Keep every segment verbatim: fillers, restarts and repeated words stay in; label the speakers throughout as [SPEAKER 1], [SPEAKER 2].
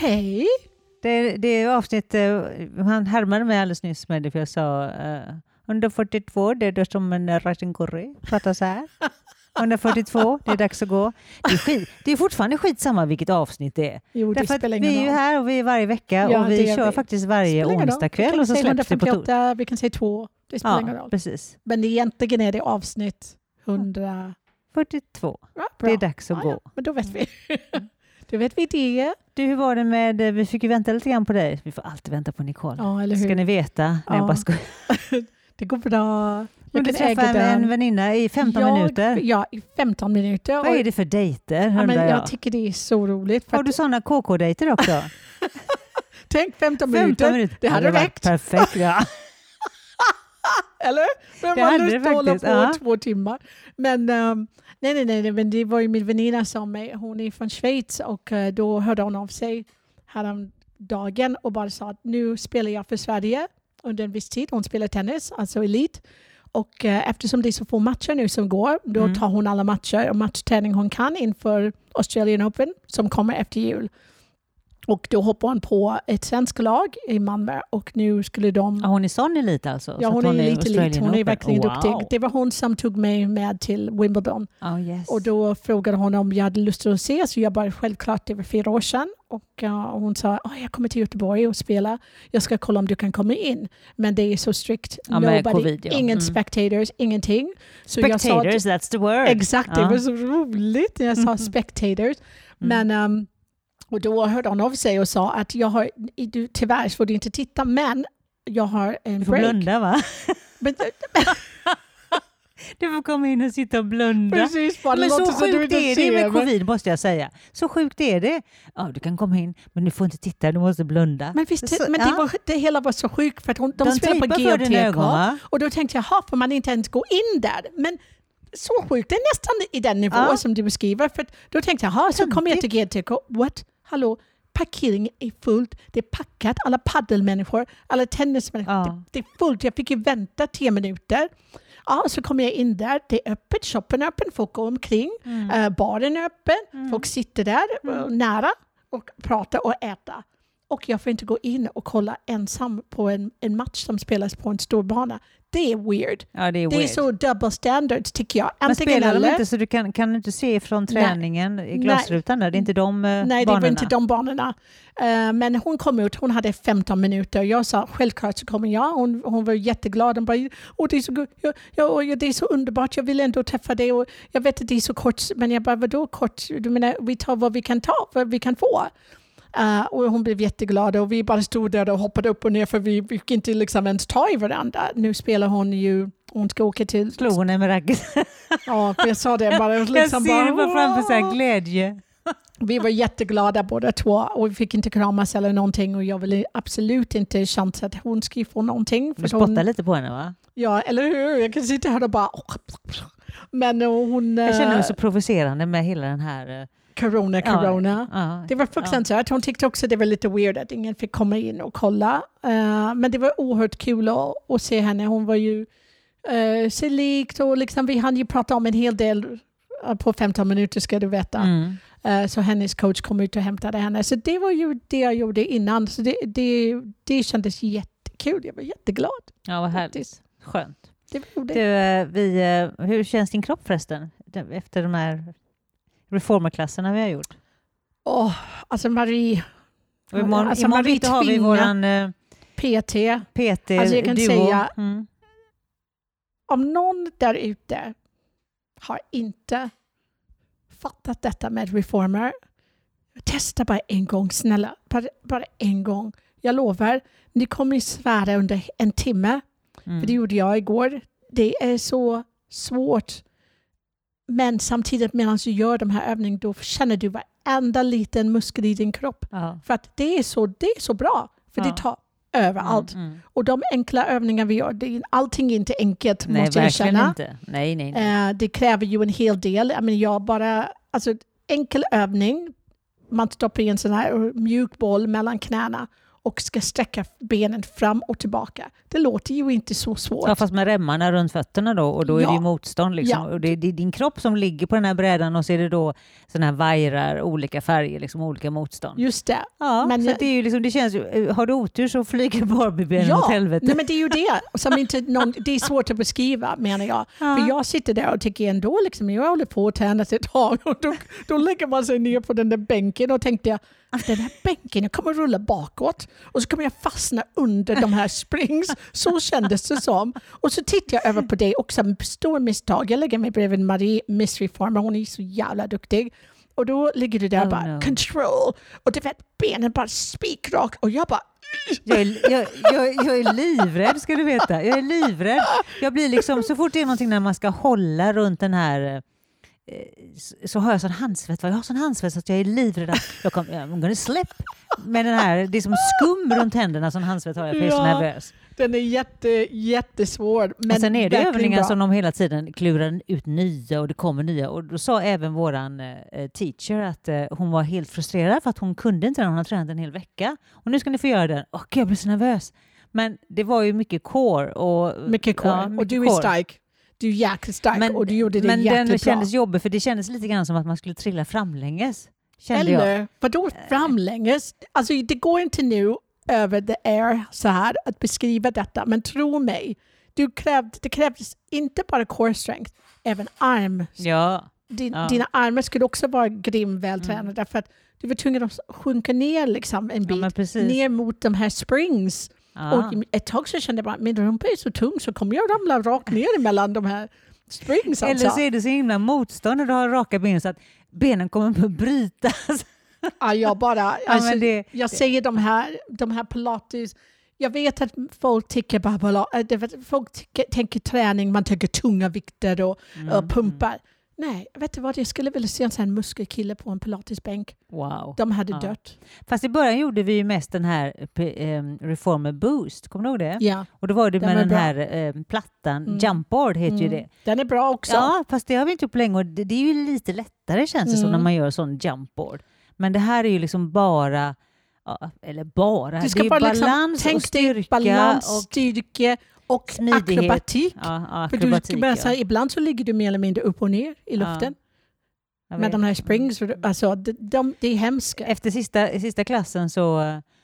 [SPEAKER 1] Hej!
[SPEAKER 2] Det, det är avsnitt, han härmade mig alldeles nyss med det, för jag sa uh, under fyrtiotvå, det är som en ratingkurri, pratar så här. under fyrtiotvå, det är dags att gå. Det är, skit, det är fortfarande skitsamma vilket avsnitt det är.
[SPEAKER 1] Jo, det
[SPEAKER 2] Därför att
[SPEAKER 1] spelar
[SPEAKER 2] vi är ju
[SPEAKER 1] ingen
[SPEAKER 2] här och vi är varje vecka
[SPEAKER 1] Ja,
[SPEAKER 2] och vi
[SPEAKER 1] det
[SPEAKER 2] kör
[SPEAKER 1] vi.
[SPEAKER 2] faktiskt varje onsdag kväll och så släpps det på torsdag.
[SPEAKER 1] Vi kan säga två, det spelar ingen
[SPEAKER 2] Ja,
[SPEAKER 1] roll.
[SPEAKER 2] precis.
[SPEAKER 1] Men egentligen är det avsnitt hundra...
[SPEAKER 2] fyrtiotvå.
[SPEAKER 1] Ja, bra.
[SPEAKER 2] Det är dags att
[SPEAKER 1] ja,
[SPEAKER 2] gå.
[SPEAKER 1] Ja, men då vet vi. Då vet vi det.
[SPEAKER 2] Du, hur var det med, vi fick ju vänta lite grann på dig. Vi får alltid vänta på Nicole.
[SPEAKER 1] Ja, eller hur?
[SPEAKER 2] Ska ni veta? Nej,
[SPEAKER 1] Ja.
[SPEAKER 2] jag bara ska...
[SPEAKER 1] Det går bra.
[SPEAKER 2] Men du träffade en väninna i femton
[SPEAKER 1] jag,
[SPEAKER 2] minuter.
[SPEAKER 1] Ja, i femton minuter.
[SPEAKER 2] Vad är det för dejter?
[SPEAKER 1] Ja, men jag,
[SPEAKER 2] jag
[SPEAKER 1] tycker det är så roligt.
[SPEAKER 2] Har du sådana K K-dejter också?
[SPEAKER 1] Tänk femton minuter.
[SPEAKER 2] minuter.
[SPEAKER 1] Det hade räckt.
[SPEAKER 2] Perfekt, ja.
[SPEAKER 1] Eller? Men
[SPEAKER 2] Det
[SPEAKER 1] man
[SPEAKER 2] hade
[SPEAKER 1] lust
[SPEAKER 2] det
[SPEAKER 1] att hålla
[SPEAKER 2] faktiskt,
[SPEAKER 1] på
[SPEAKER 2] ja.
[SPEAKER 1] två timmar. Men um, nej, nej, nej, men det var ju min väninna som är, hon är från Schweiz och uh, då hörde hon av sig häromdagen och bara sa att nu spelar jag för Sverige under en viss tid. Hon spelar tennis, alltså elit. Och uh, eftersom det är så få matcher nu som går, då
[SPEAKER 2] Mm.
[SPEAKER 1] tar hon alla matcher och matchträning hon kan inför Australian Open som kommer efter jul. Och då hoppar hon på ett svensk lag i Malmö och nu skulle de...
[SPEAKER 2] Ja, hon är sån elit alltså?
[SPEAKER 1] Ja,
[SPEAKER 2] så
[SPEAKER 1] hon,
[SPEAKER 2] att
[SPEAKER 1] är lite
[SPEAKER 2] Australian
[SPEAKER 1] elit. Hon är
[SPEAKER 2] Open.
[SPEAKER 1] verkligen
[SPEAKER 2] Wow.
[SPEAKER 1] duktig. Det var hon som tog mig med till Wimbledon.
[SPEAKER 2] Oh, yes.
[SPEAKER 1] Och då frågade hon om jag hade lust att se, så jag bara självklart, det var fyra år sedan. Och uh, hon sa, oh, jag kommer till Göteborg och spela. Jag ska kolla om du kan komma in. Men det är så strikt.
[SPEAKER 2] Ja, med
[SPEAKER 1] Nobody,
[SPEAKER 2] covid, ja.
[SPEAKER 1] ingen
[SPEAKER 2] Mm.
[SPEAKER 1] spectators, ingenting. Så
[SPEAKER 2] Spectators,
[SPEAKER 1] jag sa att,
[SPEAKER 2] that's the word.
[SPEAKER 1] exakt,
[SPEAKER 2] Ja.
[SPEAKER 1] det var så roligt när jag sa spectators. Men... Um, Och då hörde hon av sig och sa att jag har, du, tyvärr får du inte titta, men jag har en
[SPEAKER 2] Du får
[SPEAKER 1] break.
[SPEAKER 2] blunda, va?
[SPEAKER 1] Men,
[SPEAKER 2] Du får komma in och sitta och blunda.
[SPEAKER 1] precis, bara
[SPEAKER 2] Men så
[SPEAKER 1] låter så du
[SPEAKER 2] sjukt
[SPEAKER 1] inte
[SPEAKER 2] är det
[SPEAKER 1] ser,
[SPEAKER 2] med
[SPEAKER 1] men-
[SPEAKER 2] covid, måste jag säga. Så sjukt är det. Ja, du kan komma in, men du får inte titta, du måste blunda.
[SPEAKER 1] Men visst,
[SPEAKER 2] Så-
[SPEAKER 1] men
[SPEAKER 2] ja.
[SPEAKER 1] det, var, det hela var så sjukt för att hon, de,
[SPEAKER 2] De
[SPEAKER 1] spelar på
[SPEAKER 2] tejpar för dina
[SPEAKER 1] G T
[SPEAKER 2] ögon,
[SPEAKER 1] K
[SPEAKER 2] va?
[SPEAKER 1] och då tänkte jag, ha, får man inte ens gå in där? Men så sjukt, det är nästan i den nivå
[SPEAKER 2] Ja.
[SPEAKER 1] som du beskriver. För att då tänkte jag, ha, så kommer jag till G T K, what? Hallå? Parkeringen är fullt, det är packat, alla paddelmänniskor, alla tennismänniskor,
[SPEAKER 2] Ja.
[SPEAKER 1] det, det är fullt. Jag fick ju vänta tio minuter. Ja, så kommer jag in där, det är öppet, shoppen är öppen, folk går omkring,
[SPEAKER 2] Mm.
[SPEAKER 1] eh, baren är öppen,
[SPEAKER 2] Mm.
[SPEAKER 1] folk sitter där eh, nära och pratar och äter. Och jag får inte gå in och kolla ensam på en, en match som spelas på en stor bana. Det är weird.
[SPEAKER 2] Ja, det är
[SPEAKER 1] Det är
[SPEAKER 2] weird.
[SPEAKER 1] så double standards tycker jag.
[SPEAKER 2] Men
[SPEAKER 1] Antingen
[SPEAKER 2] spelar de
[SPEAKER 1] eller.
[SPEAKER 2] inte så du kan, kan du inte se från träningen i glasrutan där? Det är inte de uh,
[SPEAKER 1] Nej, det
[SPEAKER 2] banorna?
[SPEAKER 1] var inte de banorna. Uh, men hon kom ut, hon hade femton minuter. Jag sa, självklart så kommer jag. Hon, hon var jätteglad. Hon bara, Åh, det, är så, go- ja, ja, det är så underbart, jag vill ändå träffa dig. Och jag vet att det är så kort, men jag bara, vadå kort? Du menar, vi tar vad vi kan ta, vad vi kan få. Uh, och hon blev jätteglad och vi bara stod där och hoppade upp och ner för vi fick inte liksom ens ta i varandra. Nu spelar hon ju, hon ska åka till...
[SPEAKER 2] Slog hon med racket?
[SPEAKER 1] Ja, för jag sa det bara. Liksom
[SPEAKER 2] jag ser
[SPEAKER 1] bara,
[SPEAKER 2] det bara framför så här glädje.
[SPEAKER 1] Vi var jätteglada båda två och vi fick inte kramas eller någonting och jag ville absolut inte chansa att hon skulle få någonting.
[SPEAKER 2] Du
[SPEAKER 1] För hon,
[SPEAKER 2] spottar lite på henne, va?
[SPEAKER 1] ja, eller hur? Jag kan sitta här och bara... Men hon...
[SPEAKER 2] Jag känner mig
[SPEAKER 1] eh,
[SPEAKER 2] så provocerande med hela den här... uh,
[SPEAKER 1] Corona, corona.
[SPEAKER 2] Ja, ja,
[SPEAKER 1] Det var fruktansvärt. Hon tyckte också det var lite weird att ingen fick komma in och kolla. Uh, men det var oerhört kul att, att se henne. Hon var ju uh, sig likt och liksom, vi hann ju prata om en hel del uh, på femton minuter ska du veta.
[SPEAKER 2] Mm.
[SPEAKER 1] Uh, så hennes coach kom ut och hämtade henne. Så det var ju det jag gjorde innan. Så det, det, det kändes jättekul. Jag var jätteglad.
[SPEAKER 2] Ja, vad härligt.
[SPEAKER 1] Faktiskt.
[SPEAKER 2] Skönt.
[SPEAKER 1] Det var det.
[SPEAKER 2] Du, uh, vi, uh, hur känns din kropp förresten? Efter de här reformerklasserna vi har gjort.
[SPEAKER 1] Åh, alltså Marie...
[SPEAKER 2] Och imorgon,
[SPEAKER 1] alltså
[SPEAKER 2] imorgon
[SPEAKER 1] Marie
[SPEAKER 2] bitti har vi
[SPEAKER 1] Tvinga,
[SPEAKER 2] våran uh,
[SPEAKER 1] P T.
[SPEAKER 2] P T
[SPEAKER 1] Alltså jag kan
[SPEAKER 2] duo.
[SPEAKER 1] säga-
[SPEAKER 2] Mm.
[SPEAKER 1] Om någon där ute har inte fattat detta med reformer, testa bara en gång, snälla. Bara, bara en gång. Jag lovar, ni kommer svära under en timme.
[SPEAKER 2] Mm.
[SPEAKER 1] För det gjorde jag igår. Det är så svårt. Men samtidigt medan du gör de här övningarna, då känner du varenda liten muskel i din kropp.
[SPEAKER 2] Ja.
[SPEAKER 1] För att det är så, det är så bra. För
[SPEAKER 2] Ja.
[SPEAKER 1] det tar överallt.
[SPEAKER 2] Mm, mm.
[SPEAKER 1] Och de enkla övningar vi gör, det är, allting är inte enkelt,
[SPEAKER 2] Nej,
[SPEAKER 1] måste jag
[SPEAKER 2] verkligen
[SPEAKER 1] känna.
[SPEAKER 2] inte. Nej, nej, nej.
[SPEAKER 1] Eh, det kräver ju en hel del. Jag, menar, jag bara, alltså enkel övning, man stoppar i en sån här mjuk boll mellan knäna och ska sträcka benen fram och tillbaka. Det låter ju inte så svårt.
[SPEAKER 2] Ja, fast med remmarna runt fötterna då, och då
[SPEAKER 1] ja.
[SPEAKER 2] är det motstånd liksom.
[SPEAKER 1] Ja.
[SPEAKER 2] Och det är, det är din kropp som ligger på den här brädan och så är det då såna här vajrar, olika färger, liksom olika motstånd.
[SPEAKER 1] Just det.
[SPEAKER 2] Ja, men så jag... det är ju liksom, det känns ju, har du otur så flyger Barbiebenen
[SPEAKER 1] ja.
[SPEAKER 2] åt helvete.
[SPEAKER 1] Nej, men det är ju det som inte någon, det är svårt att beskriva, menar jag. Ja. För jag sitter där och tycker ändå liksom, jag håller på att träna ett tag och då, då lägger man sig ner på den där bänken och tänkte jag, att den här bänken, jag kommer rulla bakåt och så kommer jag fastna under de här springs. Så kändes det som. Och så tittar jag över på dig också, stor misstag. Jag lägger mig bredvid Marie Mystery Farmer, hon är så jävla duktig. Och då ligger du där och
[SPEAKER 2] oh,
[SPEAKER 1] bara,
[SPEAKER 2] no.
[SPEAKER 1] control. Och du vet, benen bara spikrak. Och jag bara...
[SPEAKER 2] Jag är, jag, jag, jag är livrädd, ska du veta. Jag är livrädd. Jag blir liksom, så fort det är någonting när man ska hålla runt den här... så har jag sån handsvett. Jag har sån handsvett så att jag är livrädd att jag kommer, I'm gonna slip med den här, det är som skum runt händerna, sån handsvett har jag, för jag är så nervös.
[SPEAKER 1] Den är jätte, jättesvår. Men
[SPEAKER 2] och sen är det övningar
[SPEAKER 1] bra.
[SPEAKER 2] Som de hela tiden klurar ut nya och det kommer nya. Och då sa även våran eh, teacher att eh, hon var helt frustrerad för att hon kunde inte när hon har tränat en hel vecka. Och nu ska ni få göra den. Och jag blir så nervös. Men det var ju mycket core. Och,
[SPEAKER 1] mycket core. Ja, mycket och du core. Är stark. Du är jäkligt stark men, och du gjorde det
[SPEAKER 2] men
[SPEAKER 1] jättebra.
[SPEAKER 2] Men den kändes jobbig för det kändes lite grann som att man skulle trilla framlänges.
[SPEAKER 1] Eller,
[SPEAKER 2] jag.
[SPEAKER 1] vadå framlänges? Alltså det går inte nu över the air så här att beskriva detta. Men tro mig, du krävde, det krävdes inte bara core strength, även arm.
[SPEAKER 2] Ja.
[SPEAKER 1] Din,
[SPEAKER 2] ja.
[SPEAKER 1] Dina armar skulle också vara grym vältränade mm. därför att du var tvungen att sjunka ner liksom en bit. Ja, ner mot de här springs. Ja. Och ett tag så kände jag bara, min rumpa är så tung så kommer jag ramla rakt ner mellan de här springs. Alltså.
[SPEAKER 2] Eller så är det så himla motstånd när du har raka ben så att benen kommer att brytas.
[SPEAKER 1] Ja, jag bara, alltså, ja, det, jag det. säger de här, de här pilates, jag vet att folk tycker bara, folk tycker, tänker träning, man tänker tunga vikter och, mm, och pumpar. Mm. Nej, vet du vad, jag skulle vilja se en sån här muskelkille på en pilatesbänk.
[SPEAKER 2] Wow.
[SPEAKER 1] De hade
[SPEAKER 2] ja.
[SPEAKER 1] dött.
[SPEAKER 2] Fast i början gjorde vi ju mest den här um, Reformer Boost, kommer du ihåg det?
[SPEAKER 1] Ja.
[SPEAKER 2] Och då var det
[SPEAKER 1] den
[SPEAKER 2] med den
[SPEAKER 1] bra.
[SPEAKER 2] här um, plattan,
[SPEAKER 1] mm.
[SPEAKER 2] Jumpboard heter
[SPEAKER 1] mm.
[SPEAKER 2] ju det.
[SPEAKER 1] Den är bra också.
[SPEAKER 2] Ja, fast det har vi inte gjort på länge och det, det är ju lite lättare känns det mm. som när man gör sån Jumpboard. Men det här är ju liksom bara, ja, eller bara,
[SPEAKER 1] du ska
[SPEAKER 2] det är
[SPEAKER 1] bara
[SPEAKER 2] balans
[SPEAKER 1] liksom,
[SPEAKER 2] och styrka.
[SPEAKER 1] Balans,
[SPEAKER 2] och
[SPEAKER 1] styrka och smidighet. Akrobatik.
[SPEAKER 2] Ja, ja,
[SPEAKER 1] akrobatik. För du,
[SPEAKER 2] ja.
[SPEAKER 1] så här, ibland så ligger du mer eller mindre upp och ner i luften. Ja, med de här springs. Alltså, de, de, det är hemska.
[SPEAKER 2] Efter sista, sista klassen så...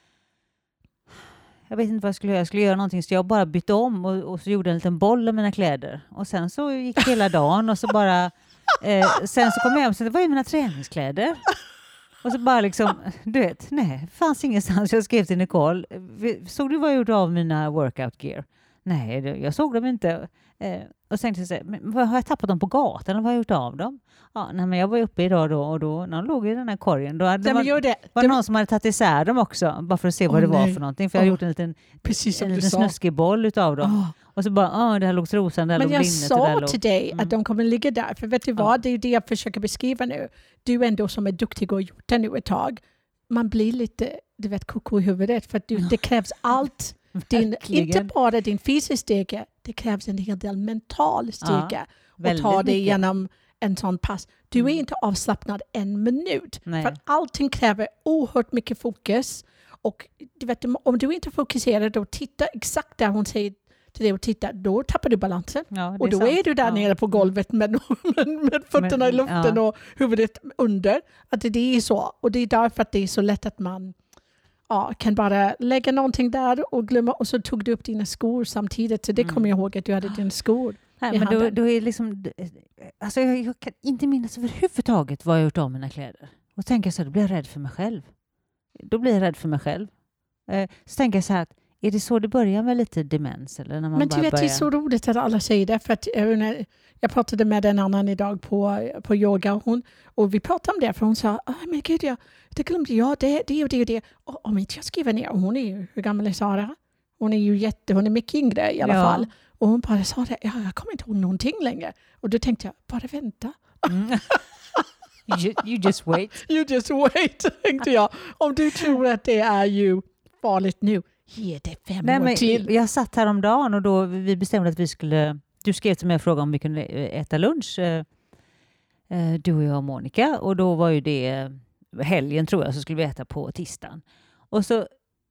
[SPEAKER 2] Jag vet inte vad jag skulle göra. Jag skulle göra någonting så jag bara bytte om och, och så gjorde en liten boll av mina kläder. Och sen så gick hela dagen och så bara... Eh, sen så kom jag hem och sa, det var ju mina träningskläder. Och så bara liksom, du vet, nej, det fanns ingenstans. Jag skrev till Nicole, såg du vad jag gjorde av mina workout gear? Nej, jag såg dem inte. Eh, och sen tänkte jag, men har jag tappat dem på gatan eller vad har jag gjort av dem? Ja, nej, men jag var uppe idag då och då, när de låg i den här korgen, då hade
[SPEAKER 1] nej,
[SPEAKER 2] var,
[SPEAKER 1] det.
[SPEAKER 2] var
[SPEAKER 1] det
[SPEAKER 2] någon som hade tagit isär dem också, bara för att se
[SPEAKER 1] oh,
[SPEAKER 2] vad det
[SPEAKER 1] nej.
[SPEAKER 2] var för någonting. För jag
[SPEAKER 1] oh.
[SPEAKER 2] hade gjort en liten,
[SPEAKER 1] Precis
[SPEAKER 2] en liten snuskig boll utav dem. Oh. Och så bara, ja, det här låg trosan, det här
[SPEAKER 1] men
[SPEAKER 2] låg
[SPEAKER 1] jag
[SPEAKER 2] linnet.
[SPEAKER 1] sa
[SPEAKER 2] låg...
[SPEAKER 1] till dig
[SPEAKER 2] mm.
[SPEAKER 1] att de kommer ligga där. För vet du vad, ja. det är det jag försöker beskriva nu. Du ändå som är duktig och har gjort det nu ett tag. Man blir lite, du vet, koko i huvudet. För att du, det krävs allt. Din, inte bara din fysiska styrka, det krävs en hel del mental styrka. Ja, och ta dig igenom en sån pass. Du är mm. inte avslappnad en minut. Nej. För att allting kräver oerhört mycket fokus. Och du vet, om du inte fokuserar och tittar exakt där hon säger till dig och tittar, då tappar du balansen. Ja, och då är, är du där ja. nere på golvet med, med, med fötterna Men, i luften ja. och huvudet under. Att det är så. Och det är därför att det är så lätt att man ja, kan bara lägga någonting där och glömma. Och så tog du upp dina skor samtidigt. Så det mm. kommer jag ihåg att du hade dina skor.
[SPEAKER 2] Nej, men då, då är liksom, alltså jag, jag kan inte minnas överhuvudtaget vad jag gjort av mina kläder. Och tänker så här, då blir jag rädd för mig själv. Då blir jag rädd för mig själv. Eh, så tänker jag så här, att är det så det börjar med lite demens? Eller när man
[SPEAKER 1] men
[SPEAKER 2] bara
[SPEAKER 1] du vet,
[SPEAKER 2] börjar...
[SPEAKER 1] det är så roligt att alla säger det. För att, jag, jag pratade med en annan idag på, på yoga. Och, hon, och vi pratade om det. För hon sa, oh, men gud, jag, det glömde jag. Det, det och det och det. Och, om inte jag skriver ner. Och hon är ju, hur gammal är Sara? Hon är ju jätte, hon är mycket yngre i alla ja. fall. Och hon bara sa det, ja, jag kommer inte ihåg någonting längre. Och då tänkte jag, bara vänta.
[SPEAKER 2] Mm. you, you just wait.
[SPEAKER 1] You just wait, tänkte jag. Om du tror att det är ju farligt nu, ge det fem
[SPEAKER 2] Nej,
[SPEAKER 1] år
[SPEAKER 2] men
[SPEAKER 1] till.
[SPEAKER 2] Jag satt här om dagen och då vi bestämde att vi skulle, du skrev till mig och frågade om vi kunde äta lunch, du och jag och Monica. Och då var ju det helgen tror jag, så skulle vi äta på tisdagen. Och så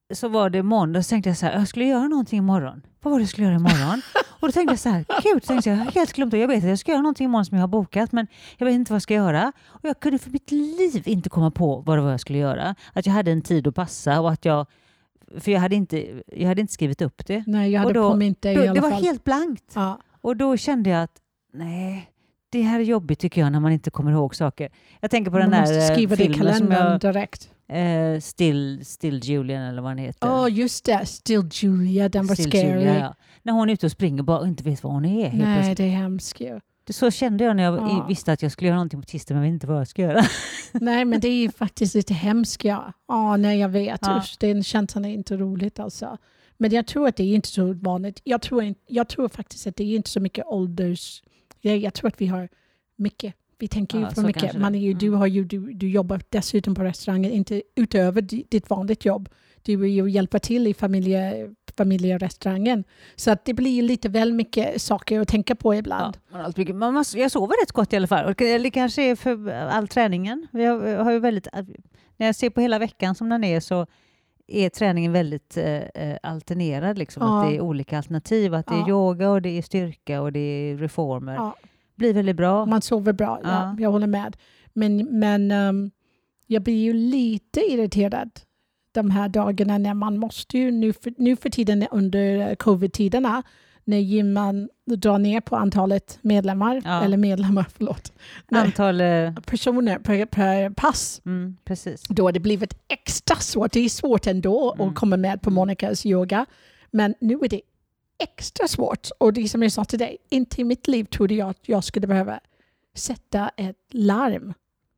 [SPEAKER 2] så var det måndag, så tänkte jag så här, jag skulle göra någonting imorgon. Vad var det jag skulle göra imorgon? Och då tänkte jag så här, gud, tänkte jag, jag har helt glömt det. Jag vet att jag ska göra någonting imorgon som jag har bokat, men jag vet inte vad jag ska göra. Och jag kunde för mitt liv inte komma på vad det var jag skulle göra. Att jag hade en tid att passa och att jag, för jag hade inte, jag hade inte skrivit upp det.
[SPEAKER 1] Nej, jag hade
[SPEAKER 2] då,
[SPEAKER 1] påmint dig
[SPEAKER 2] då,
[SPEAKER 1] i alla
[SPEAKER 2] det var
[SPEAKER 1] fall.
[SPEAKER 2] helt blankt.
[SPEAKER 1] Ja.
[SPEAKER 2] Och då kände jag att, nej, det här är jobbigt tycker jag när man inte kommer ihåg saker. Jag tänker på den
[SPEAKER 1] Man måste
[SPEAKER 2] där
[SPEAKER 1] skriva det i
[SPEAKER 2] filmen som
[SPEAKER 1] kalendern
[SPEAKER 2] jag...
[SPEAKER 1] direkt.
[SPEAKER 2] Eh, Still, Still Julian eller vad han heter.
[SPEAKER 1] Ja, oh, just det. Still Julia, den var
[SPEAKER 2] Still
[SPEAKER 1] scary.
[SPEAKER 2] Julia, ja. När hon är ute och springer bara och inte vet vad hon är. Helt
[SPEAKER 1] Nej,
[SPEAKER 2] plötsligt.
[SPEAKER 1] det är hemskt ju.
[SPEAKER 2] Så kände jag när jag
[SPEAKER 1] Ja.
[SPEAKER 2] visste att jag skulle göra någonting på tisdag, men jag vet inte vad jag ska göra.
[SPEAKER 1] Nej, men det är ju faktiskt lite hemskt. Ja, ja nej, jag vet.
[SPEAKER 2] Ja.
[SPEAKER 1] Usch, den känslan är inte roligt alltså. Men jag tror att det är inte så vanligt. Jag tror, in, jag tror faktiskt att det är inte så mycket ålders... Jag, jag tror att vi har mycket. Vi tänker ju
[SPEAKER 2] Ja,
[SPEAKER 1] för
[SPEAKER 2] så
[SPEAKER 1] mycket.
[SPEAKER 2] kanske
[SPEAKER 1] Man är ju,
[SPEAKER 2] det.
[SPEAKER 1] du, har ju, du, du jobbar dessutom på restaurangen, inte utöver di- ditt vanligt jobb. Du vill ju hjälpa till i familje, familjerestaurangen. Så att det blir lite väl mycket saker att tänka på ibland.
[SPEAKER 2] Ja, man har allt mycket. Man måste, jag sover rätt gott i alla fall. Och det kanske är för all träningen. Vi har, har ju väldigt, när jag ser på hela veckan som den är så är träningen väldigt eh, alternerad. Liksom.
[SPEAKER 1] Ja.
[SPEAKER 2] Att det är olika alternativ. Att det är
[SPEAKER 1] Ja.
[SPEAKER 2] yoga och det är styrka och det är reformer.
[SPEAKER 1] Ja.
[SPEAKER 2] Blir väldigt bra.
[SPEAKER 1] Man sover bra, ja.
[SPEAKER 2] Ja.
[SPEAKER 1] Jag håller med. Men, men um, jag blir ju lite irriterad de här dagarna när man måste ju nu för, nu för tiden under covid-tiderna när gymman drar ner på antalet medlemmar,
[SPEAKER 2] Ja.
[SPEAKER 1] eller medlemmar, förlåt. Nej,
[SPEAKER 2] Antal... Eh,
[SPEAKER 1] personer per, per pass.
[SPEAKER 2] mm, precis.
[SPEAKER 1] Då har det blivit extra svårt. Det är svårt ändå
[SPEAKER 2] Mm.
[SPEAKER 1] att komma med på Monikas yoga. Men nu är det extra svårt. Och det som jag sa till dig, inte i mitt liv trodde jag att jag skulle behöva sätta ett larm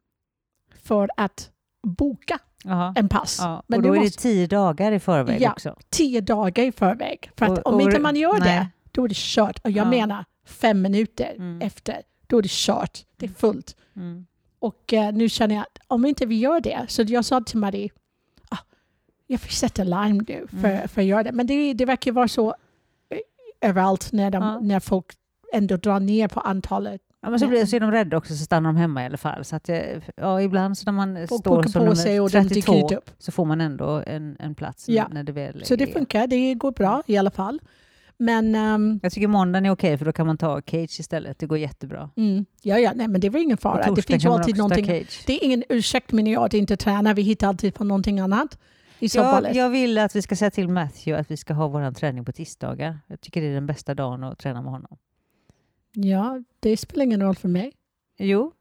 [SPEAKER 1] för att boka
[SPEAKER 2] Aha.
[SPEAKER 1] en pass.
[SPEAKER 2] Ja.
[SPEAKER 1] Men
[SPEAKER 2] Och då
[SPEAKER 1] nu
[SPEAKER 2] är det
[SPEAKER 1] måste,
[SPEAKER 2] tio dagar i förväg
[SPEAKER 1] Ja.
[SPEAKER 2] också.
[SPEAKER 1] tio dagar i förväg. För att
[SPEAKER 2] Och-
[SPEAKER 1] om
[SPEAKER 2] och-
[SPEAKER 1] inte man gör
[SPEAKER 2] nej.
[SPEAKER 1] det, då är det kört. Och jag
[SPEAKER 2] Ja.
[SPEAKER 1] menar fem minuter
[SPEAKER 2] Mm.
[SPEAKER 1] efter, då är det kört. Det är fullt.
[SPEAKER 2] Mm.
[SPEAKER 1] Och eh, nu känner jag att om inte vi gör det, så jag sa till Marie, ah, jag får sätta larm nu för,
[SPEAKER 2] Mm.
[SPEAKER 1] för att göra det. Men det, det verkar vara så eh, överallt när, de,
[SPEAKER 2] Ja.
[SPEAKER 1] när folk ändå drar ner på antalet.
[SPEAKER 2] Ja, men så, blir, så är de rädda också, så stannar de hemma i alla fall. Så att, eh, ja, ibland så när man
[SPEAKER 1] Folk
[SPEAKER 2] står
[SPEAKER 1] bokar
[SPEAKER 2] som
[SPEAKER 1] på
[SPEAKER 2] nummer
[SPEAKER 1] sig och de dyker
[SPEAKER 2] trettiotvå
[SPEAKER 1] inte upp.
[SPEAKER 2] så får man ändå en, en plats
[SPEAKER 1] Ja.
[SPEAKER 2] när det väl
[SPEAKER 1] Så det
[SPEAKER 2] är.
[SPEAKER 1] funkar, det går bra i alla fall. Men ehm,
[SPEAKER 2] Jag tycker måndagen är okej för då kan man ta cage istället. Det går jättebra.
[SPEAKER 1] mm, ja, ja, nej, men det var ingen
[SPEAKER 2] Och
[SPEAKER 1] fara. Det
[SPEAKER 2] torsdagen
[SPEAKER 1] finns ju
[SPEAKER 2] kan man
[SPEAKER 1] alltid
[SPEAKER 2] också ta
[SPEAKER 1] någonting.
[SPEAKER 2] cage.
[SPEAKER 1] Det är ingen ursäkt menar jag att inte träna. Vi hittar alltid på någonting annat i så fall.
[SPEAKER 2] Jag, jag vill att vi ska säga till Matthew att vi ska ha vår träning på tisdagar. Jag tycker det är den bästa dagen att träna med honom.
[SPEAKER 1] Ja, det spelar ingen roll för mig.
[SPEAKER 2] Jo.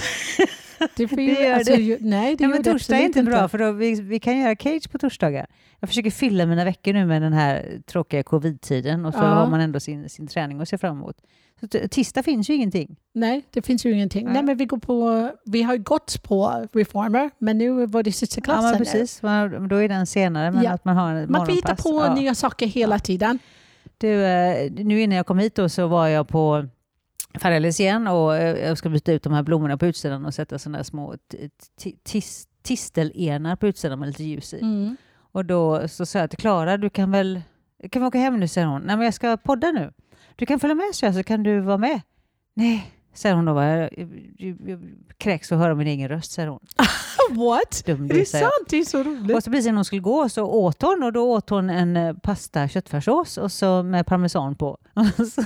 [SPEAKER 1] Det, får
[SPEAKER 2] Det
[SPEAKER 1] ju,
[SPEAKER 2] gör
[SPEAKER 1] alltså,
[SPEAKER 2] det.
[SPEAKER 1] ju, nej, det
[SPEAKER 2] Ja,
[SPEAKER 1] gör
[SPEAKER 2] men
[SPEAKER 1] det
[SPEAKER 2] torsdag är
[SPEAKER 1] absolut
[SPEAKER 2] inte bra för då vi, vi kan göra cage på torsdagar. Jag försöker fylla mina veckor nu med den här tråkiga covid-tiden och så
[SPEAKER 1] Ja.
[SPEAKER 2] har man ändå sin, sin träning att se fram emot. Så t- tisdag finns ju ingenting.
[SPEAKER 1] Nej, det finns ju ingenting.
[SPEAKER 2] Nej.
[SPEAKER 1] Nej, men vi, går på, vi har gått på reformer, men nu var det sista
[SPEAKER 2] Ja,
[SPEAKER 1] klassen.
[SPEAKER 2] men
[SPEAKER 1] nu.
[SPEAKER 2] precis. Man, då är den senare, men
[SPEAKER 1] Ja.
[SPEAKER 2] att man har en
[SPEAKER 1] Man får hitta
[SPEAKER 2] morgonpass.
[SPEAKER 1] på
[SPEAKER 2] Ja.
[SPEAKER 1] nya saker hela
[SPEAKER 2] Ja.
[SPEAKER 1] tiden.
[SPEAKER 2] Du, eh, nu innan jag kom hit då så var jag på Farrellis igen och eh, jag ska byta ut de här blommorna på utsidan och sätta sådana här små t- t- tis- tistelenar på utsidan med lite ljus i.
[SPEAKER 1] Mm.
[SPEAKER 2] Och då så sa jag till Klara, du kan väl kan vi åka hem nu, säger hon. Nej, men jag ska podda nu. Du kan följa med, så, jag, så kan du vara med. Nej, säger hon då. Jag, jag, jag, jag kräks och höra min egen röst, säger hon.
[SPEAKER 1] What?
[SPEAKER 2] Dum,
[SPEAKER 1] Är det
[SPEAKER 2] säger jag.
[SPEAKER 1] sant? Det är så roligt.
[SPEAKER 2] Och så precis när hon skulle gå så åt hon och då åt hon en eh, pasta köttfärssås och så med parmesan på. Och så,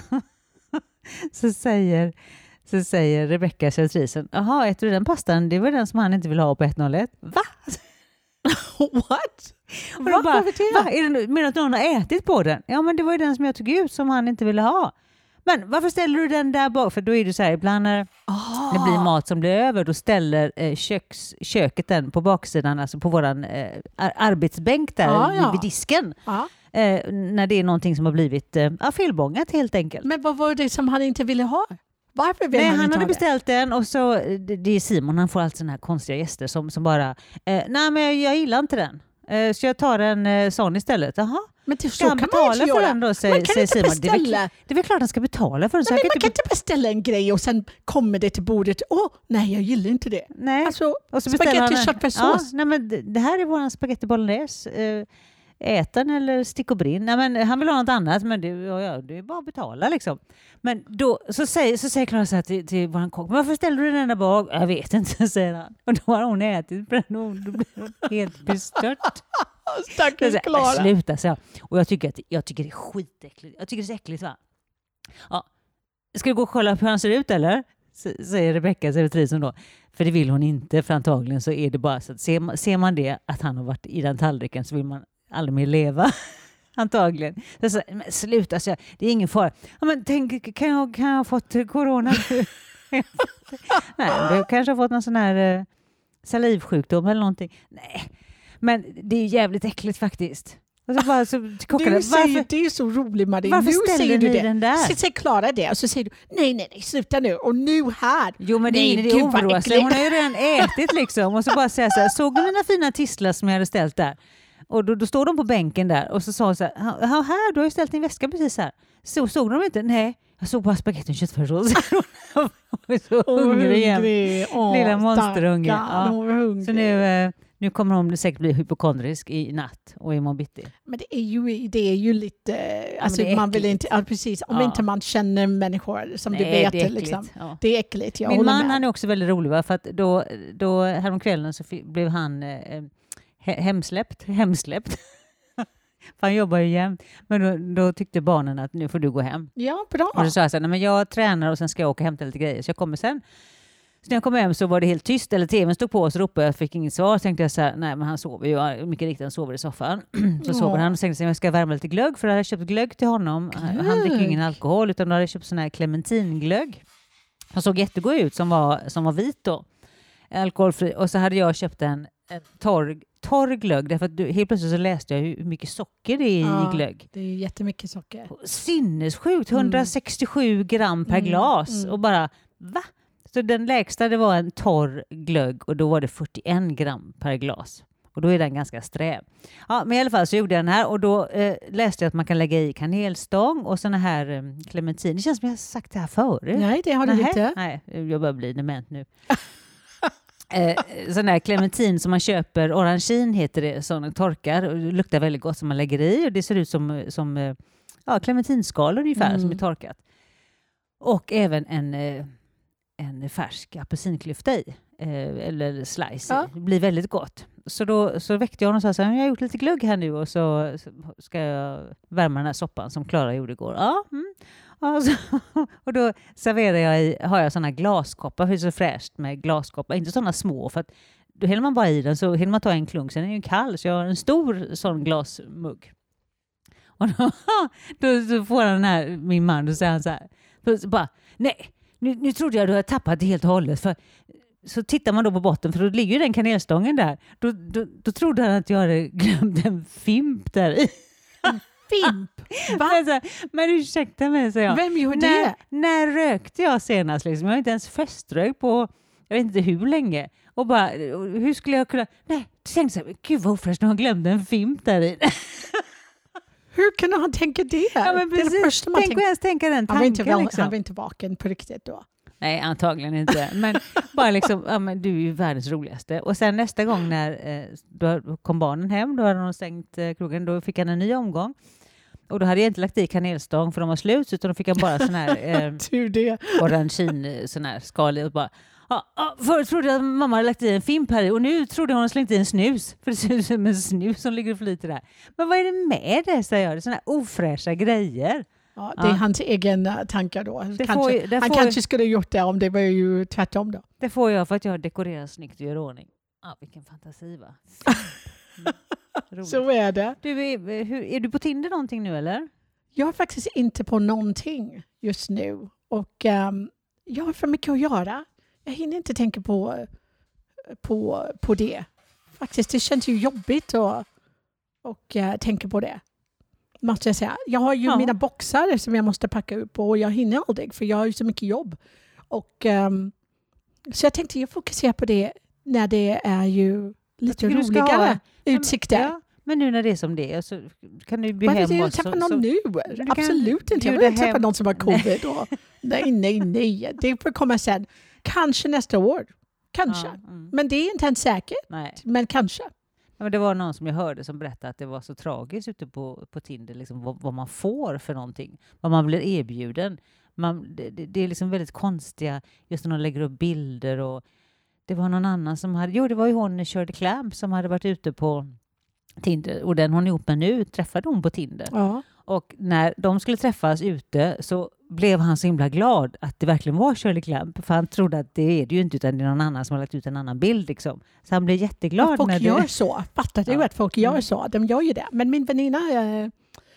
[SPEAKER 2] så säger så säger Rebecca servitrisen, jaha, äter du den pastan? Det var den som han inte ville ha på ett noll ett. Va?
[SPEAKER 1] What?
[SPEAKER 2] Och då bara,
[SPEAKER 1] Varför det?
[SPEAKER 2] va? Är det, menar du att någon har ätit på den? Ja, men det var ju den som jag tog ut som han inte ville ha. Men varför ställer du den där bak? För då är det så här, ibland när
[SPEAKER 1] Ah.
[SPEAKER 2] det blir mat som blir över, då ställer eh, köks, köket den på baksidan, alltså på våran eh, ar- arbetsbänk där
[SPEAKER 1] Ah, ja.
[SPEAKER 2] vid disken.
[SPEAKER 1] Ja.
[SPEAKER 2] Eh, när det är någonting som har blivit eh, ja, felbångat helt enkelt.
[SPEAKER 1] Men vad var det som han inte ville ha? Varför vill
[SPEAKER 2] Nej,
[SPEAKER 1] han,
[SPEAKER 2] han
[SPEAKER 1] inte
[SPEAKER 2] hade
[SPEAKER 1] ha
[SPEAKER 2] beställt den och så, det, det är Simon, han får alltid såna här konstiga gäster som, som bara, eh, nej men jag, jag gillar inte den. Eh, så jag tar en eh, sån istället. Jaha.
[SPEAKER 1] det? Men det, så
[SPEAKER 2] Ska han
[SPEAKER 1] kan man
[SPEAKER 2] betala
[SPEAKER 1] inte
[SPEAKER 2] för
[SPEAKER 1] göra.
[SPEAKER 2] den då, säger,
[SPEAKER 1] Man kan
[SPEAKER 2] säger
[SPEAKER 1] inte
[SPEAKER 2] Simon. Det är, väl,
[SPEAKER 1] beställa.
[SPEAKER 2] det är väl klart han ska betala för den. Så
[SPEAKER 1] Nej,
[SPEAKER 2] han
[SPEAKER 1] men man
[SPEAKER 2] kan
[SPEAKER 1] kan inte beställa en grej och sen kommer det till bordet. Åh, nej jag gillar inte det.
[SPEAKER 2] Nej.
[SPEAKER 1] Alltså,
[SPEAKER 2] Och så beställer
[SPEAKER 1] spagetti
[SPEAKER 2] han en-
[SPEAKER 1] köttfärssås.
[SPEAKER 2] Ja, nej, men det, det här är våran spaghetti bolognese. Eh, ät den eller stick och brinn. Nej, men han vill ha något annat, men det, ja, ja, det är bara att betala liksom. Men då så säger, så säger Klara så här till, till våran kock, men varför ställer du den där bak? Jag vet inte, säger han. Och då har hon ätit på den och då blir hon helt bestört.
[SPEAKER 1] Stackars Klara.
[SPEAKER 2] Sluta, så. Och jag tycker, att, jag tycker det är skitäckligt. Jag tycker det är så äckligt, va? Ja. Ska du gå och kolla hur han ser ut, eller? Säger Rebecka, servitrisen då. För det vill hon inte, för antagligen så är det bara så att ser man, ser man det, att han har varit i den tallriken, så vill man aldrig mer leva. Antagligen. Så, så, men sluta, så, det är ingen fara. Ja, men tänk, kan jag, kan jag ha fått corona? Nej, du kanske har fått någon sån här eh, salivsjukdom eller någonting. Nej, men det är jävligt äckligt faktiskt. Och så bara, så,
[SPEAKER 1] du
[SPEAKER 2] kockade,
[SPEAKER 1] säger,
[SPEAKER 2] varför,
[SPEAKER 1] det är så roligt, Marie.
[SPEAKER 2] varför
[SPEAKER 1] Nu
[SPEAKER 2] ställer
[SPEAKER 1] säger du
[SPEAKER 2] ni
[SPEAKER 1] det.
[SPEAKER 2] den där?
[SPEAKER 1] Så säger Klara det och så säger du, nej, nej, nej, sluta nu. Och nu här.
[SPEAKER 2] Jo, men det
[SPEAKER 1] nej,
[SPEAKER 2] är det
[SPEAKER 1] gud, vad
[SPEAKER 2] oroar sig.
[SPEAKER 1] äckligt.
[SPEAKER 2] Hon har ju redan ätit liksom. Och så bara säga så här, såg du mina fina tistlar som jag hade ställt där? Och då, då står de på bänken där. Och så sa hon så här, ja, här, du har ju ställt din väska precis här. Så såg de inte? Nej, jag såg bara spagetti och köttfärssås. Hon var så hungrig igen. Lilla monsterunge. Ja. Så nu, eh, nu kommer hon säkert bli hypokondrisk i natt och imorgon bitti.
[SPEAKER 1] Men det är ju, det är ju lite, alltså
[SPEAKER 2] ja,
[SPEAKER 1] man vill inte, ja, precis, om
[SPEAKER 2] ja.
[SPEAKER 1] inte man känner människor som
[SPEAKER 2] Nej,
[SPEAKER 1] du vet.
[SPEAKER 2] Det är äckligt.
[SPEAKER 1] Liksom.
[SPEAKER 2] Ja.
[SPEAKER 1] Det är äckligt, jag
[SPEAKER 2] Min
[SPEAKER 1] håller
[SPEAKER 2] man,
[SPEAKER 1] med.
[SPEAKER 2] han är också väldigt rolig, va? För att då, då häromkvällen så f- blev han eh, he- hemsläppt. Hemsläppt. För han jobbar ju jämt. Men då, då tyckte barnen att nu får du gå hem.
[SPEAKER 1] Ja, bra.
[SPEAKER 2] Och så sa jag så här, nej, men jag tränar och sen ska jag åka och hämta lite grejer. Så jag kommer sen. Så när jag kom hem så var det helt tyst. Eller tvn stod på och så ropade jag, jag fick inget svar. Så tänkte jag så här, nej men han sover ju. Mycket riktigt, han sover i soffan. Så
[SPEAKER 1] Ja.
[SPEAKER 2] sover han och tänkte att jag ska värma lite glögg. För jag hade köpt glögg till honom.
[SPEAKER 1] Glögg.
[SPEAKER 2] Han dricker ingen alkohol utan då hade jag köpt sån här clementinglögg. Han såg jättegod ut som var, som var vit då. Alkoholfri. Och så hade jag köpt en, en torr, torr glögg. Därför att du, helt plötsligt så läste jag hur mycket socker det är
[SPEAKER 1] Ja,
[SPEAKER 2] i glögg.
[SPEAKER 1] det är jättemycket socker.
[SPEAKER 2] Sinnessjukt, hundrasextiosju gram per
[SPEAKER 1] Mm,
[SPEAKER 2] glas.
[SPEAKER 1] mm.
[SPEAKER 2] Och bara, va? Så den lägsta det var en torr glögg och då var det fyrtioen gram per glas. Och då är den ganska sträv. Ja, men i alla fall så gjorde jag den här och då eh, läste jag att man kan lägga i kanelstång och såna här eh, clementin. Det känns som jag har sagt det här förut.
[SPEAKER 1] Nej, det har du
[SPEAKER 2] Nähä?
[SPEAKER 1] inte.
[SPEAKER 2] Nej, jag börjar bli dement nu. eh, sån här clementin som man köper, orangin heter det, som torkar och det luktar väldigt gott som man lägger i och det ser ut som, som eh, ja, clementinskal ungefär
[SPEAKER 1] Mm.
[SPEAKER 2] som är torkat. Och även en, eh, en färsk apelsinklyfta i. Eh, eller slice.
[SPEAKER 1] Ja.
[SPEAKER 2] Det blir väldigt gott. Så då så väckte jag honom och sa så här, jag har gjort lite glögg här nu och så, så ska jag värma den här soppan som Klara gjorde igår. Ja, mm. Ja, så, och då serverar jag i, har jag sådana glaskoppar, för det är så fräscht med glaskoppar. Inte sådana små, för att då häller man bara i den så hinner man ta en klunk, sen är den ju kall, så jag har en stor sån glasmugg. Och då, då så får han den här, min man, och säger han så här, så bara, nej, nu, nu trodde jag du hade tappat det helt och hållet, för så tittar man då på botten, för då ligger ju den kanelstången där. Då, då, då trodde han att jag hade glömt en fimp där i.
[SPEAKER 1] Fimp? Va?
[SPEAKER 2] Men, så här, men ursäkta mig, så jag.
[SPEAKER 1] Vem gjorde
[SPEAKER 2] när,
[SPEAKER 1] det?
[SPEAKER 2] när rökte jag senast? Liksom? Jag har inte ens feströkt på, jag vet inte hur länge. Och bara, hur skulle jag kunna... Nej, jag tänkte så här, gud vad ofräscht, jag glömde en fimp där i.
[SPEAKER 1] Hur kunde han tänka det?
[SPEAKER 2] Ja, men
[SPEAKER 1] Det är det
[SPEAKER 2] precis.
[SPEAKER 1] första man
[SPEAKER 2] Tänk
[SPEAKER 1] tänker.
[SPEAKER 2] att ens tänka den
[SPEAKER 1] Han var,
[SPEAKER 2] tanken.
[SPEAKER 1] inte, va-
[SPEAKER 2] liksom.
[SPEAKER 1] han var inte vaken på riktigt då.
[SPEAKER 2] Nej, antagligen inte. Men bara liksom, ja, men du är ju världens roligaste. Och sen nästa gång när eh, då kom barnen hem, då hade de stängt eh, krogen, då fick han en ny omgång. Och då hade jag inte lagt i kanelstång för de var slut, utan då fick jag bara sån här eh,
[SPEAKER 1] Tur det.
[SPEAKER 2] orangin, sån här skal i och bara, ja, ja, förut trodde jag att mamma hade lagt i en fimp här i, och nu trodde hon hade slängt i en snus. För det ser ut som en snus som ligger för lite där. Men vad är det med det, säger jag? Det är såna här ofräscha grejer.
[SPEAKER 1] Ja, det är
[SPEAKER 2] Ja.
[SPEAKER 1] hans egen uh, tankar då.
[SPEAKER 2] Det
[SPEAKER 1] Kanske,
[SPEAKER 2] får ju- det
[SPEAKER 1] han
[SPEAKER 2] får
[SPEAKER 1] kanske
[SPEAKER 2] ju-
[SPEAKER 1] skulle gjort det om det var ju tvärtom då.
[SPEAKER 2] Det får jag för att jag dekorerar snyggt och gör ordning. Ja, vilken fantasi, va? Mm. Roligt.
[SPEAKER 1] Så är det.
[SPEAKER 2] Du, är, hur, är du på Tinder någonting nu, eller?
[SPEAKER 1] Jag är faktiskt inte på någonting just nu. Och um, jag har för mycket att göra. Jag hinner inte tänka på, på, på det. Faktiskt, det känns ju jobbigt att och, uh, tänka på det. Måste jag säga. Jag har ju
[SPEAKER 2] Ja.
[SPEAKER 1] mina boxar som jag måste packa upp och jag hinner aldrig för jag har ju så mycket jobb. Och, um, så jag tänkte jag fokuserar på det när det är ju lite
[SPEAKER 2] tycker du ska
[SPEAKER 1] roligare
[SPEAKER 2] ha-
[SPEAKER 1] utsikter.
[SPEAKER 2] Ja, men nu när det är som det är så kan du bli
[SPEAKER 1] Varför
[SPEAKER 2] hem
[SPEAKER 1] vill du
[SPEAKER 2] oss.
[SPEAKER 1] träffa
[SPEAKER 2] så-
[SPEAKER 1] någon
[SPEAKER 2] så-
[SPEAKER 1] nu?
[SPEAKER 2] kan
[SPEAKER 1] Absolut inte. Jag
[SPEAKER 2] bjuda
[SPEAKER 1] vill inte träffa
[SPEAKER 2] hem-
[SPEAKER 1] någon som har covid. Och, nej, nej, nej. Det får komma sen. Kanske nästa år. Kanske.
[SPEAKER 2] Ja, mm.
[SPEAKER 1] Men det är inte ens säkert.
[SPEAKER 2] Nej.
[SPEAKER 1] Men kanske.
[SPEAKER 2] Ja, men det var någon som jag hörde som berättade att det var så tragiskt ute på, på Tinder, liksom, vad, vad man får för någonting. Vad man blir erbjuden. Man, det, det det är liksom väldigt konstiga, just när de lägger upp bilder. Och det var någon annan som hade, jo det var ju hon Shirley Clamp som hade varit ute på Tinder. Och den hon är ihop med nu träffade hon på Tinder.
[SPEAKER 1] Ja.
[SPEAKER 2] Och när de skulle träffas ute så blev han så himla glad att det verkligen var Shirley Clamp. För han trodde att det är det ju inte, utan det är någon annan som har lagt ut en annan bild. Liksom. Så han blev jätteglad.
[SPEAKER 1] Ja, folk
[SPEAKER 2] när
[SPEAKER 1] gör
[SPEAKER 2] det...
[SPEAKER 1] så. Fattar du
[SPEAKER 2] Ja.
[SPEAKER 1] att folk gör så? De gör ju det. Men min väninna, äh,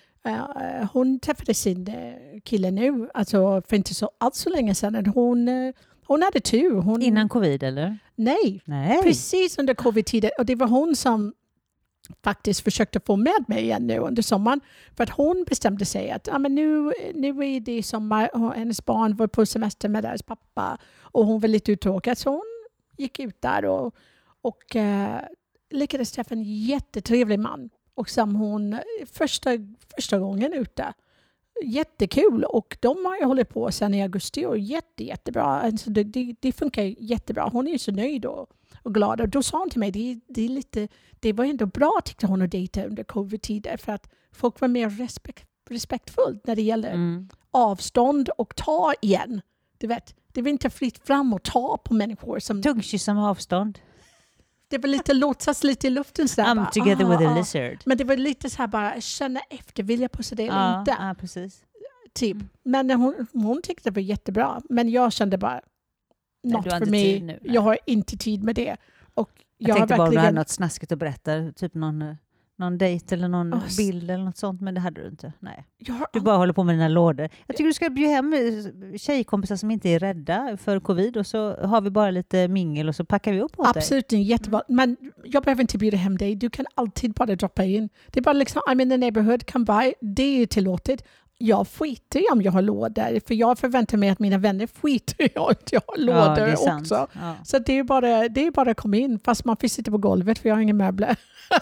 [SPEAKER 1] äh, hon träffade sin äh, kille nu. Alltså för inte så alls så länge sedan. Hon, äh, hon hade tur. Hon...
[SPEAKER 2] Innan covid, eller?
[SPEAKER 1] Nej.
[SPEAKER 2] Nej.
[SPEAKER 1] Precis under covid-tiden. Och det var hon som faktiskt försökte få med mig igen nu under sommaren. För att hon bestämde sig att ah, men nu, nu är det sommar och hennes barn var på semester med deras pappa och hon var lite uttråkad. Så hon gick ut där och, och uh, lyckades träffa en jättetrevlig man. Och som hon första, första gången ute. Jättekul. Och de har ju hållit på sedan i augusti och jätte, jättebra. Alltså det, det, det funkar jättebra. Hon är ju så nöjd och och glad. Och då sa hon till mig, det, det, är lite, det var ändå bra tyckte hon att dejta under covid-tider för att folk var mer respekt, respektfullt när det gäller mm. avstånd och ta igen. Du vet, det var inte fritt fram och ta på människor som...
[SPEAKER 2] Tungkyssa med avstånd.
[SPEAKER 1] Det var lite låtsas lite i luften så
[SPEAKER 2] I'm
[SPEAKER 1] bara,
[SPEAKER 2] together
[SPEAKER 1] aha,
[SPEAKER 2] with a lizard.
[SPEAKER 1] Men det var lite så här bara, känna efter, vill jag pussa det eller
[SPEAKER 2] ja,
[SPEAKER 1] inte?
[SPEAKER 2] Ja, precis.
[SPEAKER 1] Typ. Men hon, hon tyckte det var jättebra. Men jag kände bara, not
[SPEAKER 2] Nej,
[SPEAKER 1] for me. Nu, jag har inte tid med det. Och jag,
[SPEAKER 2] jag tänkte
[SPEAKER 1] verkligen...
[SPEAKER 2] bara om du hade något snaskigt att berätta. Typ någon, någon dejt eller någon
[SPEAKER 1] oh,
[SPEAKER 2] bild eller något sånt. Men det hade du inte. Nej.
[SPEAKER 1] Har...
[SPEAKER 2] Du bara håller på med dina lådor. Jag tycker du ska bjuda hem tjejkompisar som inte är rädda för covid. Och så har vi bara lite mingel och så packar vi upp åt
[SPEAKER 1] Absolut, dig. Jättebra. Men jag behöver inte bjuda hem dig. Du kan alltid bara droppa in. Det är bara liksom, I'm in the neighborhood, come by. Det är tillåtet. Jag skiter i om jag har lådor. För jag förväntar mig att mina vänner skiter i att jag har lådor ja, också. Ja. Så det är, bara, det är bara att komma in. Fast man får sitta på golvet för jag har inga möbler.